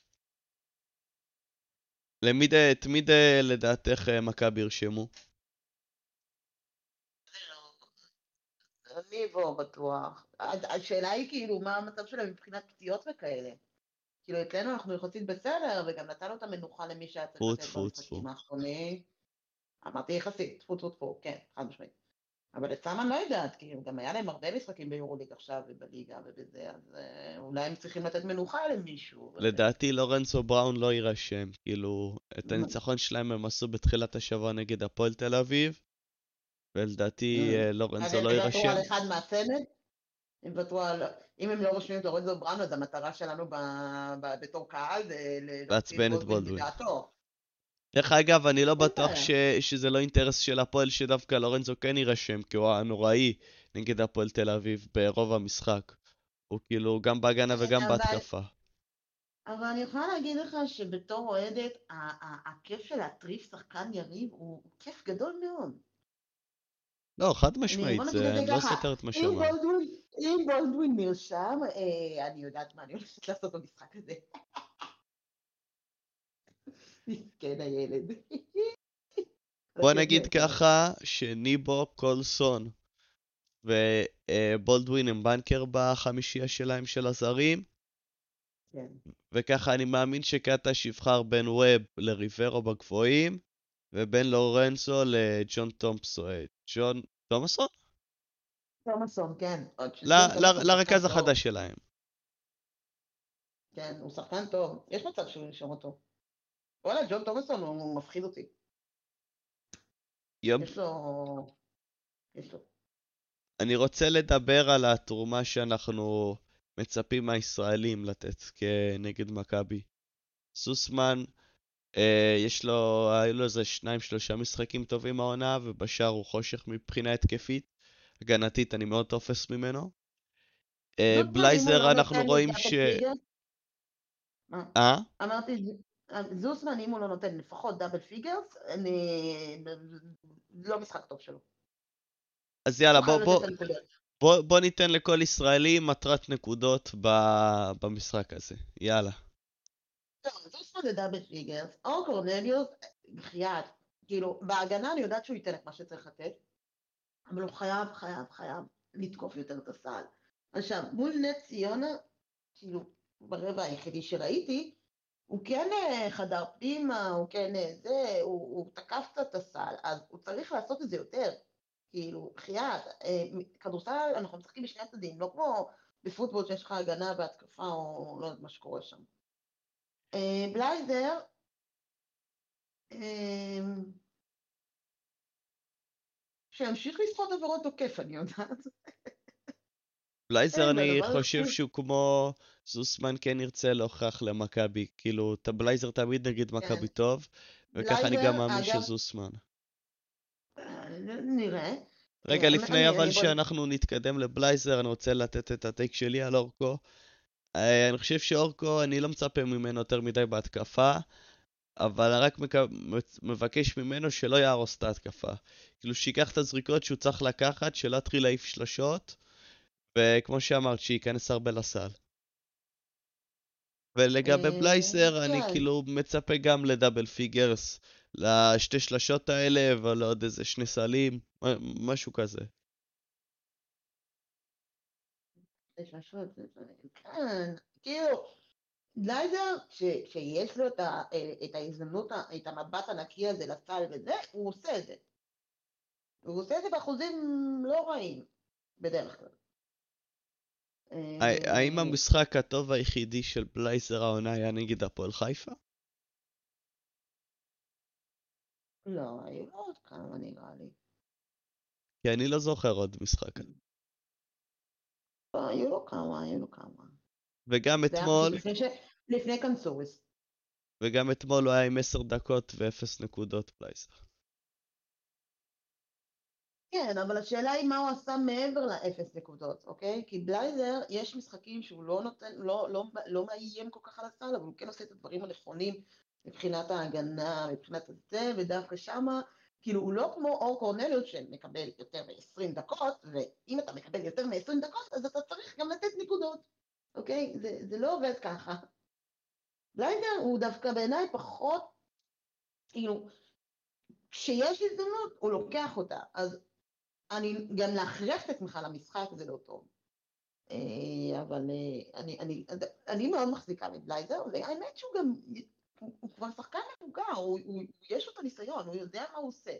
למי ד- את מי ד- לדעתך אה, מכבי ירשמו? אני בו בטוח. השאלה היא כאילו מה המצב שלהם מבחינת פציעות וכאלה. כאילו אצלנו אנחנו יחסית בסדר, וגם נתנו את המנוחה למי שהיה צריך טפו לתת טפו טפו. במשחקים האחרונים. אמרתי יחסית, טפו טפו טפו, כן, חד משמעית. אבל אצלם אני לא יודעת, כי גם היה להם הרבה משחקים ביורוליג עכשיו ובליגה ובזה, אז אה, אולי הם צריכים לתת מנוחה למישהו. וזה. לדעתי לורנצו בראון לא יירשם, כאילו את הניצחון שלהם הם עשו בתחילת השבוע נגד הפועל תל אביב, ולדעתי אה, אז לורנצו הם לא יוותרו יירשם. על אחד מהצמד? הם יוותרו על... אם הם לא רושמים את לורנזו בראון, אז המטרה שלנו ב... ב... בתור קהל זה ל- להוציא את לעצבן את בולדווין בולדווין. מדעתו. דרך אגב, אני לא אין בטוח בעיה. ש... שזה לא אינטרס של הפועל שדווקא לורנצו כן יירשם, כי הוא הנוראי נגד הפועל תל אביב ברוב המשחק. הוא כאילו גם בהגנה וגם אבל, בהתקפה. אבל אני יכולה להגיד לך שבתור אוהדת, ה- ה- הכיף של להטריף שחקן יריב הוא הוא כיף גדול מאוד. לא, חד אני, משמעית, בוא נגיד את זה זה אני לא ככה, סותר את מה אם שאמרת. בולדווין, אם בולדווין נרשם, אה, אני יודעת מה אני הולכת לעשות במשחק הזה. מסכן הילד. בוא לתת נגיד לו את ככה, שניבו, קולסון ובולדווין הם בנקר בחמישייה שלהם של הזרים, כן. וככה אני מאמין שקטש יבחר בין ווב לריברו בגבוהים, ובין לורנצו לג'ון תומפסון. ג'ון תומאסון? תומאסון, כן. עוד ל- שג'ון ל- תומאסון לרכז שחקן טוב. החדש שלהם. כן, הוא שחקן טוב. יש מצב שהוא ירשום אותו. וואלה, ג'ון תומאסון הוא מפחיד אותי. יופ. יש לו... יש לו. אני רוצה לדבר על התרומה שאנחנו מצפים מהישראלים לתת כנגד מכבי. סוסמן, אה, יש לו, היו לו איזה שניים שלושה משחקים טובים העונה, ובשאר הוא חושך מבחינה התקפית. הגנתית אני מאוד תופס ממנו. אה, זוסמן, אם הוא בלייזר לא אנחנו נותן רואים לדאבל ש... פיגרס... מה? אה? אמרתי, זוסמן, אם הוא לא נותן לפחות דאבל פיגרס, אני... לא משחק טוב שלו. אז יאללה, הוא בוא, חייב בוא, לתת את הנקודות. בוא, בוא ניתן לכל ישראלי מטרת נקודות ב... במשחק הזה. יאללה. טוב, זוסמן זה דאבל פיגרס, אור קורנליוס, בחייאת, כאילו, בהגנה אני יודעת שהוא ייתן את מה שצריך לתת, אבל הוא חייב, חייב, חייב לתקוף יותר את הסל. עכשיו, מול נס ציונה, כאילו, ברבע היחידי שראיתי, הוא כן אה, חדר פנימה, הוא כן אה, זה, הוא, הוא תקף קצת את הסל, אז הוא צריך לעשות את זה יותר. כאילו, בחייאת, אה, כדורסל אנחנו משחקים בשני הצדדים, לא כמו בפוטבול שיש לך הגנה והתקפה או לא יודעת מה שקורה שם. אה, בלייזר, אה, שימשיך לסחוט עבירות תוקף, אני יודעת. בלייזר אין, אני והדבר חושב היחיד- שהוא כמו זוסמן כן ירצה להוכיח למכבי. כאילו, את בלייזר תמיד נגד מכבי טוב, וככה אני בלייזר, גם מאמין אגב, שזוסמן. אה, נראה. רגע, אה, לפני אני- אבל אני בוא- שאנחנו נתקדם לבלייזר, אני רוצה לתת את הטייק שלי על אורקו. אה, אני חושב שאורקו, אני לא מצפה ממנו יותר מדי בהתקפה, אבל אני רק מק- מצ- מבקש ממנו שלא יהרוס את ההתקפה. כאילו, שיקח את הזריקות שהוא צריך לקחת, שלא יתחיל להעיף שלשות, וכמו שאמרת, שייכנס הרבה לסל. ולגבי אה, בלייזר, אני כן, כאילו מצפה גם לדאבל פיגרס, לשתי שלשות האלה, ולעוד איזה שני סלים, מ- משהו כזה. יש משהו, כן, כאילו, גלייזר, ש- שיש לו את ה- אה, את ההזדמנות, ה- את המבט הנקי הזה לסל וזה, הוא עושה את זה. הוא עושה את זה באחוזים לא רעים, בדרך כלל. ה- האם אה, המשחק הטוב היחידי של בלייזר העונה היה נגד הפועל חיפה? לא, היו לו עוד כמה נראה לי. כי אני לא זוכר עוד משחק. לא, היו לו כמה, היו לו כמה. וגם זה היה פשוט אתמול, לפני ש... לפני קנסוריס. וגם אתמול הוא היה עם עשר דקות ואפס נקודות בלייזר. כן, אבל השאלה היא מה הוא עשה מעבר לאפס נקודות, אוקיי? כי בלייזר, יש משחקים שהוא לא נותן, לא, לא, לא מאיים כל כך על הסל, אבל הוא כן עושה את הדברים הנכונים מבחינת ההגנה, מבחינת זה, ודווקא שמה, כאילו הוא לא כמו אור קורנליוס שמקבל יותר מ-עשרים דקות, ואם אתה מקבל יותר מ-עשרים דקות, אז אתה צריך גם לתת נקודות, אוקיי? זה, זה לא עובד ככה. בלייזר הוא דווקא בעיניי פחות, כאילו, כשיש הזדמנות, הוא לוקח אותה. אז אני, גם להכריח את עצמך למשחק זה לא טוב. אה, אבל אה, אני, אני, אני מאוד מחזיקה מבלייזר, והאמת שהוא גם, הוא, הוא כבר שחקן מבוגר, הוא, הוא, יש לו את הניסיון, הוא יודע מה הוא עושה.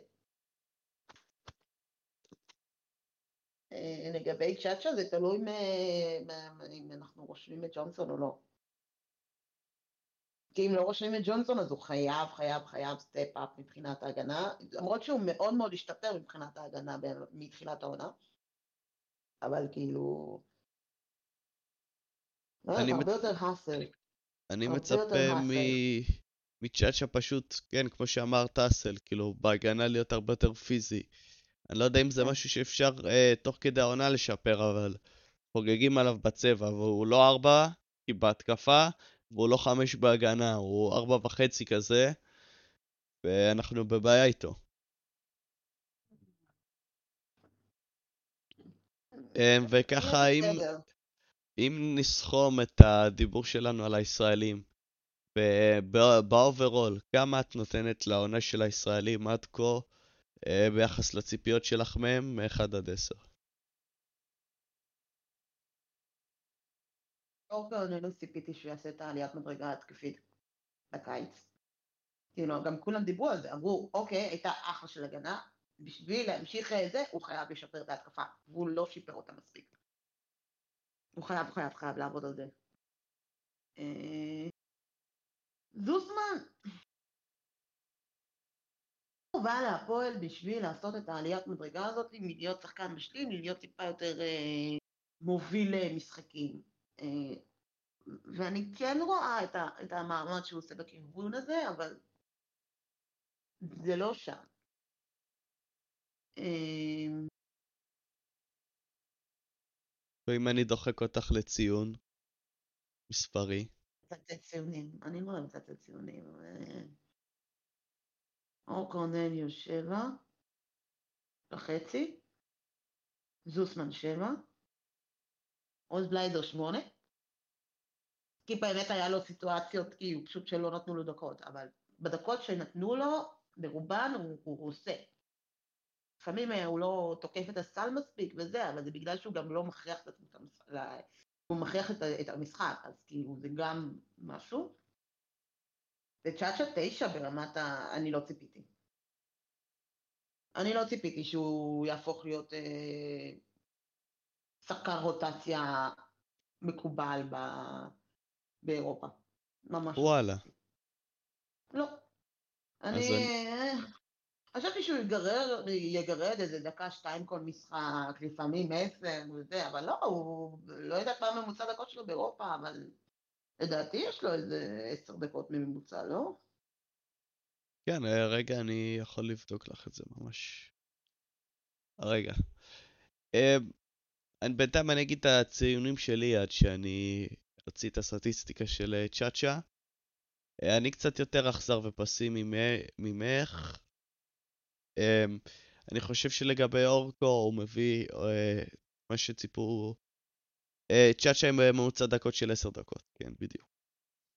אה, לגבי צ'אצ'ה זה תלוי מ- מ- אם אנחנו רושמים את ג'ונסון או לא. כי אם לא רושמים את ג'ונסון אז הוא חייב, חייב, חייב סטפ-אפ מבחינת ההגנה, למרות שהוא מאוד מאוד השתפר מבחינת ההגנה ב- מתחילת העונה, אבל כאילו, לא יודעת, אני, הרבה מצ... יותר האסל, אני הרבה יותר מצפה מ... האסל. מצ'אצ'ה פשוט, כן, כמו שאמרת, אסל, כאילו, בהגנה להיות הרבה יותר פיזי. אני לא יודע אם זה כן. משהו שאפשר אה, תוך כדי העונה לשפר, אבל חוגגים עליו בצבע, והוא לא ארבע, כי בהתקפה, והוא לא חמש בהגנה, הוא ארבע וחצי כזה, ואנחנו בבעיה איתו. אה, יהיה וככה, אם, בסדר. אם נסכום את הדיבור שלנו על הישראלים, באוברול, כמה את נותנת לעונה של הישראלים עד כה, אה, ביחס לציפיות שלך מהם, מ-אחד עד עשר? אורקה, אני לא ציפיתי שהוא יעשה את העליית מדרגה התקפית בקיץ. כאילו, גם כולם דיברו על זה, אמרו, אוקיי, הייתה אחלה של הגנה, בשביל להמשיך את זה, הוא חייב לשפר את ההתקפה, והוא לא שיפר אותה מספיק. הוא חייב, חייב, חייב לעבוד על זה. אה, זוסמן, הוא בא להפועל בשביל לעשות את העליית מדרגה הזאת, מלהיות שחקן משלים, להיות טיפה יותר אה, מוביל אה, משחקים. אה, ואני כן רואה את, ה, את המאמץ שהוא עושה בכיוון הזה, אבל זה לא שם. אה, ואם אני דוחק אותך לציון מספרי? מצטט ציונים, אני לא אוהבת מצטט ציונים. אה, אור קורנליו שבע וחצי, זוסמן שבע, עוז בלייזר שמונה, כי באמת היה לו סיטואציות, כי הוא פשוט שלא נתנו לו דקות, אבל בדקות שנתנו לו, ברובן הוא, הוא, הוא עושה. לפעמים אה, הוא לא תוקף את הסל מספיק וזה, אבל זה בגלל שהוא גם לא מכריח את עצמו, הוא מכריח את, ה- את המשחק, אז כאילו זה גם משהו. וצ'אצ'ה תשע ברמת ה... אני לא ציפיתי. אני לא ציפיתי שהוא יהפוך להיות אה, שחקן רוטציה מקובל ב... באירופה. ממש לא וואלה. ציפיתי. לא. אז אני אני... אה, חשבתי שהוא יגרר, יגרד איזה דקה שתיים כל משחק, לפעמים עשר וזה, אבל לא, הוא לא יודעת מה הממוצע דקות שלו באירופה, אבל לדעתי יש לו איזה עשר דקות מממוצע, לא? כן, אה, רגע, אני יכול לבדוק לך את זה ממש. רגע. אה, אני, בינתיים אני אגיד את הציונים שלי עד שאני אוציא את הסטטיסטיקה של אה, צ'אצ'ה. אה, אני קצת יותר אכזר ופסימי ממ- ממך. אה, אני חושב שלגבי אורקו הוא מביא אה, מה שציפו... אה, צ'אצ'ה עם ממוצע דקות של עשר דקות, כן, בדיוק.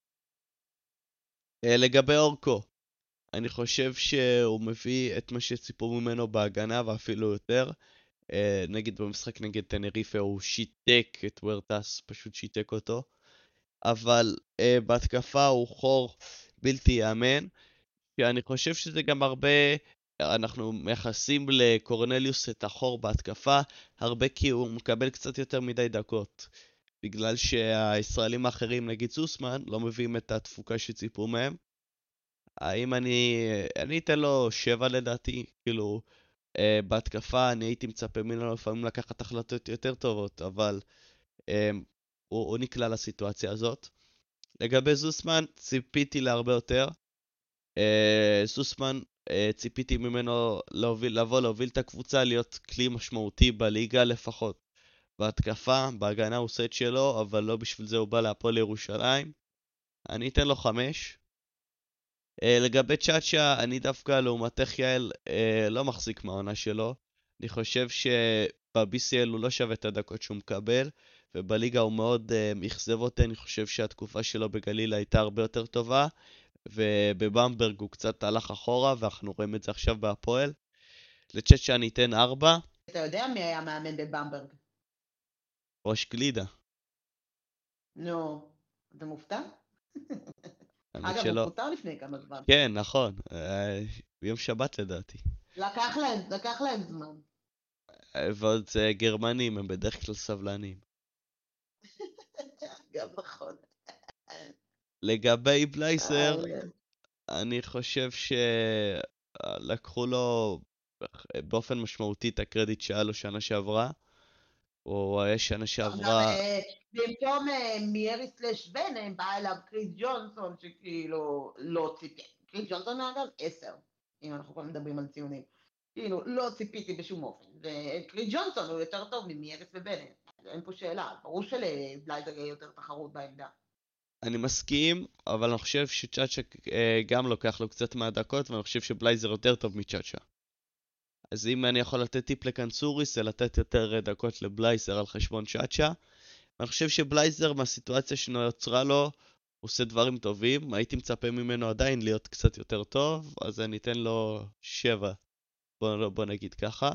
אה, לגבי אורקו, אני חושב שהוא מביא את מה שציפו ממנו בהגנה ואפילו יותר. אה, נגיד במשחק נגד טנריפה הוא שיתק את וורטס, פשוט שיתק אותו. אבל אה, בהתקפה הוא חור בלתי יאמן, שאני חושב שזה גם הרבה, אנחנו מייחסים לקורנליוס את החור בהתקפה, הרבה כי הוא מקבל קצת יותר מדי דקות. בגלל שהישראלים האחרים, נגיד סוסמן, לא מביאים את התפוקה שציפו מהם. האם אני... אני אתן לו שבע לדעתי, כאילו, אה, בהתקפה אני הייתי מצפה ממנו לפעמים לקחת החלטות יותר טובות, אבל אה, הוא, הוא נקלע לסיטואציה הזאת. לגבי זוסמן, ציפיתי להרבה יותר. אה, זוסמן, אה, ציפיתי ממנו להוביל, לבוא להוביל את הקבוצה, להיות כלי משמעותי בליגה לפחות. בהתקפה, בהגנה הוא עושה את שלו, אבל לא בשביל זה הוא בא להפועל ירושלים. אני אתן לו חמש. אה, לגבי צ'אצ'ה, אני דווקא לעומתך יעל אה, לא מחזיק מהעונה שלו. אני חושב שב-בי סי אל הוא לא שווה את הדקות שהוא מקבל, ובליגה הוא מאוד uh, אכזב אותי. אני חושב שהתקופה שלו בגליל הייתה הרבה יותר טובה, ובבמברג הוא קצת הלך אחורה, ואנחנו רואים את זה עכשיו בהפועל. לצ'אצ'ה אני אתן ארבע. אתה יודע מי היה מאמן בבמברג? ראש גלידה. נו, אתה מופתע? האמת אגב, הוא שלא. פוטר לפני כמה זמן. כן, נכון. אה, ביום שבת לדעתי. לקח להם, לקח להם זמן. אה, ועוד זה גרמנים, הם בדרך כלל סבלנים. גם נכון. לגבי בלייזר, אה, אני חושב שלקחו לו באופן משמעותי את הקרדיט שהיה לו שנה שעברה. הוא היה שנה גם שעברה, אה, במקום אה, מיארי סלש בן, הם בא אליו קריס ג'ונסון, שכאילו לא ציפי. קריס ג'ונסון אגב, עשר, אם אנחנו כבר מדברים על ציונים. כאילו, לא ציפיתי בשום אופן. וקריס ג'ונסון הוא יותר טוב ממיירס ובנט. אין פה שאלה. ברור שלבלייזר יהיה יותר תחרות בעמדה. אני מסכים, אבל אני חושב שצ'אצ'ה אה, גם לוקח לו קצת מהדקות, ואני חושב שבלייזר יותר טוב מצ'אצ'ה. אז אם אני יכול לתת טיפ לקנסוריס, זה לתת יותר דקות לבלייזר על חשבון צ'אצ'ה. אני חושב שבלייזר מהסיטואציה שנוצרה לו, הוא עושה דברים טובים. הייתי מצפה ממנו עדיין להיות קצת יותר טוב, אז אני אתן לו שבע. בוא, בוא נגיד ככה.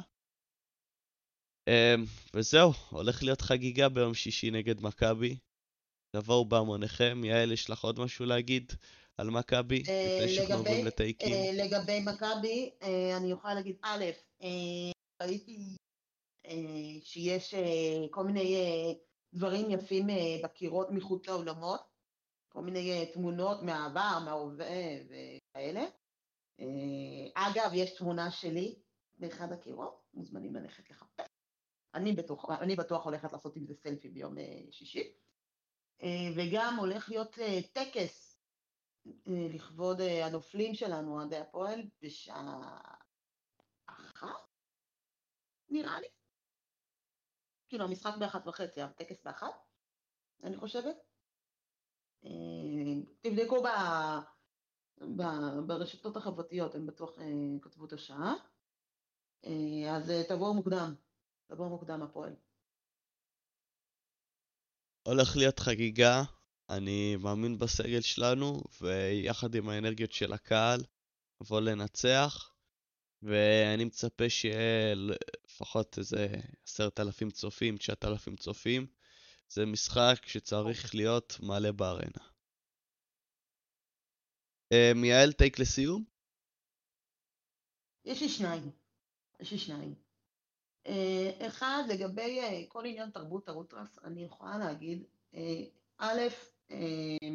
Um, וזהו, הולך להיות חגיגה ביום שישי נגד מכבי. תבואו בהמוניכם. יעל, יש לך עוד משהו להגיד על מכבי? אה, לפני שאנחנו עוברים לגבי, לתיקים. אה, לגבי מכבי, אה, אני יכולה להגיד, א', אה, ראיתי אה, שיש אה, כל מיני אה, דברים יפים אה, בקירות מחוץ לאולמות, כל מיני אה, תמונות מהעבר, מההווה וכאלה. אה, אגב, יש תמונה שלי באחד הקירות, מוזמנים ללכת לחפש. אני בטוח, אני בטוח הולכת לעשות עם זה סלפי ביום אה, שישי. אה, וגם הולך להיות אה, טקס אה, לכבוד אה, הנופלים שלנו, אוהדי הפועל, בשעה אחת, נראה לי. כאילו, המשחק באחת וחצי, הטקס באחת, אני חושבת. אה, תבדקו ב, ב, ברשתות החברתיות, הם בטוח אה, כתבו את השעה. אה, אז אה, תבואו מוקדם, תבואו מוקדם הפועל. הולך להיות חגיגה. אני מאמין בסגל שלנו, ויחד עם האנרגיות של הקהל, נבוא לנצח. ואני מצפה שיהיה לפחות איזה עשרת אלפים צופים, תשעת אלפים צופים. זה משחק שצריך להיות מלא בארנה. Um, יעל, טייק לסיום? יש לי שניים, יש לי שניים. אה, אחד, לגבי אה, כל עניין תרבות האולטרס, אני יכולה להגיד, אה, א', אה,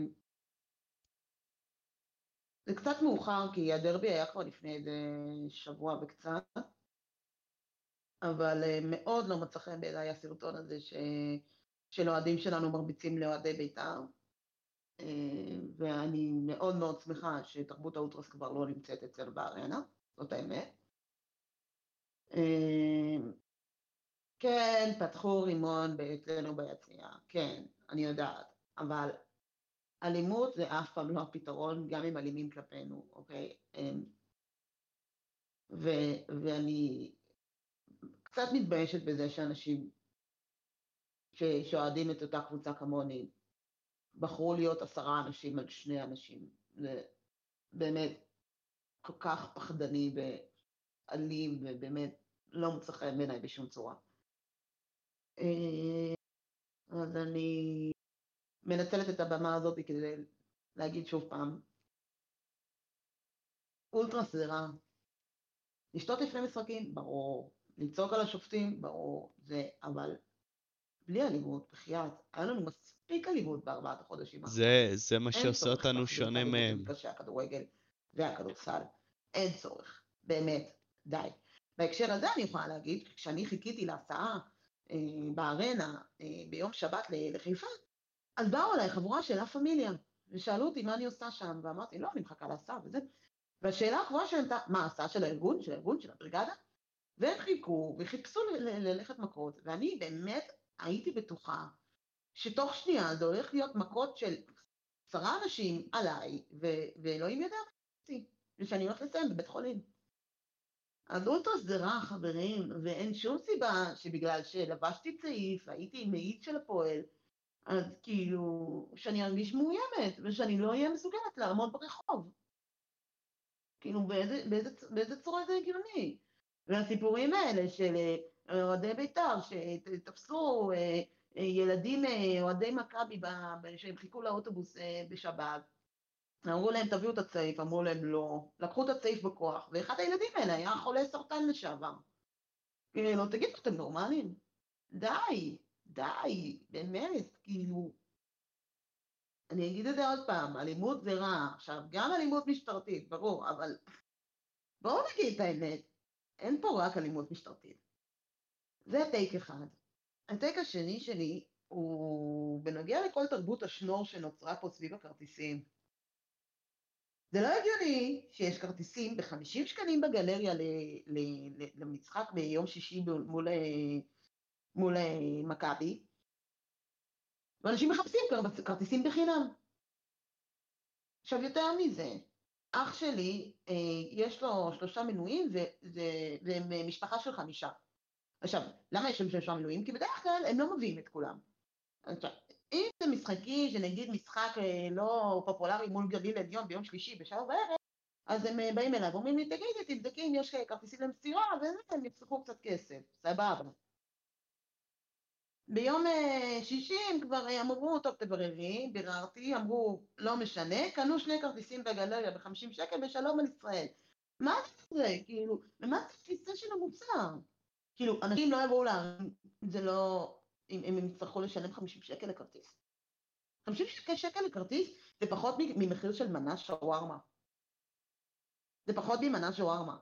זה קצת מאוחר, כי הדרבי היה כבר לפני איזה שבוע וקצת, אבל אה, מאוד לא מצא חן בעיניי הסרטון הזה ש... של אוהדים שלנו מרביצים לאוהדי בית"ר, אה, ואני מאוד מאוד שמחה שתרבות האולטרס כבר לא נמצאת אצל בארנה, זאת האמת. אה, כן, פתחו רימון אצלנו ביציאה, כן, אני יודעת, אבל אלימות זה אף פעם לא הפתרון, גם אם אלימים כלפינו, אוקיי? אמ, ו, ואני קצת מתביישת בזה שאנשים ש- שאוהדים את אותה קבוצה כמוני בחרו להיות עשרה אנשים על שני אנשים. זה, באמת כל כך פחדני ואלים, ובאמת לא מוצא חן בעיניי בשום צורה. אה, אז אני מנצלת את הבמה הזאת כדי להגיד שוב פעם, אולטרס זה רע. לשתות לפני משחקים? ברור. לצעוק על השופטים? ברור. זה, אבל בלי אלימות, בחייאת. היה לנו מספיק אלימות בארבעת החודשים האחרונים. זה, זה מה אין שעושה צורך אותנו להחזיר את שונה האלימות מהם. למגרשי הכדורגל והכדורסל. אין צורך. באמת. די. בהקשר הזה אני יכולה להגיד, כשאני חיכיתי להסעה אה, בארנה אה, ביום שבת ל- לחיפה, אז באו אליי חבורה של לה פמיליה, ושאלו אותי מה אני עושה שם, ואמרתי, לא, אני מחכה להסעה וזה. והשאלה הקבועה שלהם הייתה, מה, ההסעה של הארגון, של הארגון, של הבריגדה? והם חיכו וחיפשו ל- ל- ללכת מכות, ואני באמת הייתי בטוחה שתוך שנייה זה הולך להיות מכות של עשרה אנשים עליי, ו- ואלוהים יודע מה עשיתי, ושאני הולכת לסיים בבית חולים. אז אולטרס זה רע, חברים, ואין שום סיבה שבגלל שלבשתי צעיף, הייתי עם מאית של הפועל, אז כאילו, שאני ארגיש מאוימת, ושאני לא אהיה מסוגלת לעמוד ברחוב. כאילו, באיזה, באיזה, באיזה צורה זה הגיוני? והסיפורים האלה של אה, אוהדי בית"ר שתפסו אה, אה, ילדים אה, אוהדי מכבי ב- ב- שהם חיכו לאוטובוס אה, בשבת, אמרו להם תביאו את הצעיף, אמרו להם לא, לקחו את הצעיף בכוח, ואחד הילדים האלה היה חולה סרטן לשעבר. כאילו, תגידו, אתם נורמלים? די, די, באמת, כאילו, אני אגיד את זה עוד פעם, אלימות זה רע. עכשיו, גם אלימות משטרתית, ברור, אבל בואו נגיד את האמת, אין פה רק אלימות משטרתית. זה טייק אחד. הטייק השני שלי הוא בנוגע לכל תרבות השנור שנוצרה פה סביב הכרטיסים. זה לא הגיוני שיש כרטיסים ב-חמישים שקלים בגלריה ל- ל- ל- למשחק ביום שישי מול, אה, מול אה, מכבי, ואנשים מחפשים כר- כרטיסים בחינם. עכשיו יותר מזה, אח שלי, אה, יש לו שלושה מנויים ו- ו- והם אה, משפחה של חמישה. עכשיו, למה יש להם שלושה מנויים? כי בדרך כלל הם לא מביאים את כולם. עכשיו, אם זה משחקים, שנגיד משחק אה, לא פופולרי מול גליל עליון ביום שלישי בשעה בערב, אז הם אה, באים אליו, אומרים לי, תגידי, תבדקי אם יש כרטיסים למסירה, והם יחסכו קצת כסף, סבבה. ביום אה, שישי הם כבר אה, אמרו, טוב תבררי, ביררתי, אמרו, לא משנה, קנו שני כרטיסים בגלריה ב-חמישים שקל ושלום על ישראל. מה זה, כאילו, ומה זה התפיסה של המוצר? כאילו, אנשים לא יבואו להרים, זה לא, אם אם הם יצטרכו לשלם חמישים שקל לכרטיס. חמישים שקל לכרטיס זה פחות ממחיר של מנה שווארמה. זה פחות ממנה שווארמה.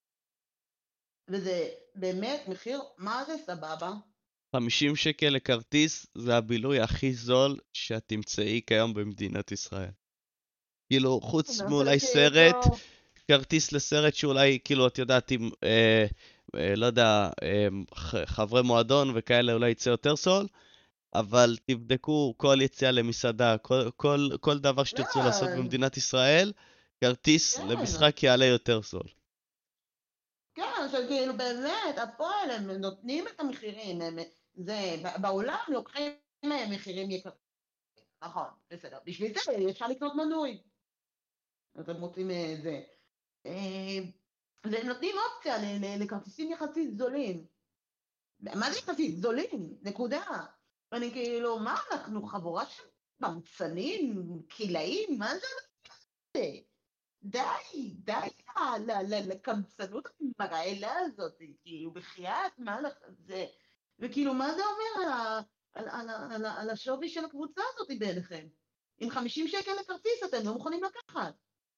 וזה באמת מחיר, מה זה סבבה? חמישים שקל לכרטיס זה הבילוי הכי זול שאת תמצאי כיום במדינת ישראל. כאילו, חוץ אבל מאולי סרט, כאילו, כרטיס לסרט שאולי, כאילו, את יודעת, אם, אה, אה, לא יודע, אה, ח- חברי מועדון וכאלה אולי יצא יותר זול, אבל תבדקו כל יציאה למסעדה, כל, כל, כל דבר לא, שתרצו לעשות במדינת ישראל, כרטיס כן, למשחק יעלה יותר זול. כן, עכשיו כאילו באמת, הפועל הם נותנים את המחירים, הם, זה, ב- בעולם לוקחים מהם מחירים יקרים, נכון, בסדר, בשביל זה אפשר לקנות מנוי, אתם רוצים אה, זה. אה, והם נותנים אופציה ל- ל- לכרטיסים יחסית זולים. מה זה יחסית? זולים, נקודה. ואני כאילו, מה אנחנו, חבורה של במצנים, קילאים, מה זה זה? די, די ל- ל- לקמצנות המרעילה הזאת, כאילו, בחייאת, מה לך, זה, וכאילו, מה זה אומר על, ה, על, על, ה- על, ה- על השווי של הקבוצה הזאת בעיניכם? עם חמישים שקל לכרטיס אתם לא מוכנים לקחת.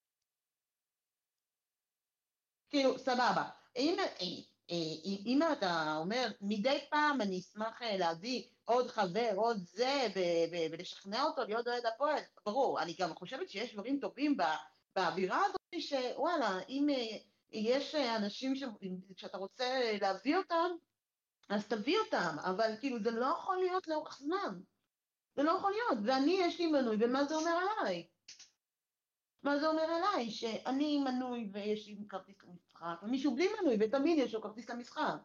כאילו, סבבה. אם, אה, אה, אם אתה אומר, מדי פעם אני אשמח אה, להביא עוד חבר, עוד זה, ו- ו- ולשכנע אותו להיות אוהד הפועל, ברור, אני גם חושבת שיש דברים טובים ב- באווירה הזאת, שוואלה, אם אה, יש אה, אנשים ש- שאתה רוצה להביא אותם, אז תביא אותם, אבל כאילו זה לא יכול להיות לאורך זמן. זה לא יכול להיות, ואני יש לי מנוי, ומה זה אומר עליי? מה זה אומר עליי? שאני מנוי ויש לי כרטיס למשחק, ומישהו בלי מנוי ותמיד יש לו כרטיס למשחק.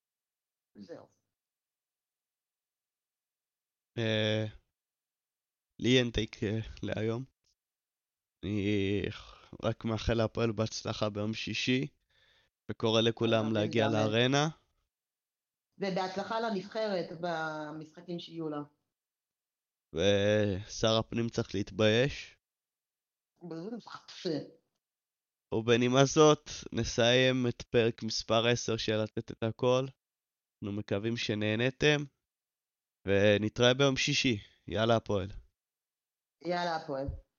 זהו. אה, לי אין טייק אה, להיום. אני רק מאחל להפועל בהצלחה ביום שישי, וקורא לכולם אמן, להגיע אמן. לארנה. ובהצלחה לנבחרת במשחקים שיהיו לה. ושר הפנים צריך להתבייש. ובנימה זאת, נסיים את פרק מספר עשר של לתת את הכל. אנחנו מקווים שנהנתם, ונתראה ביום שישי. יאללה הפועל. יאללה הפועל.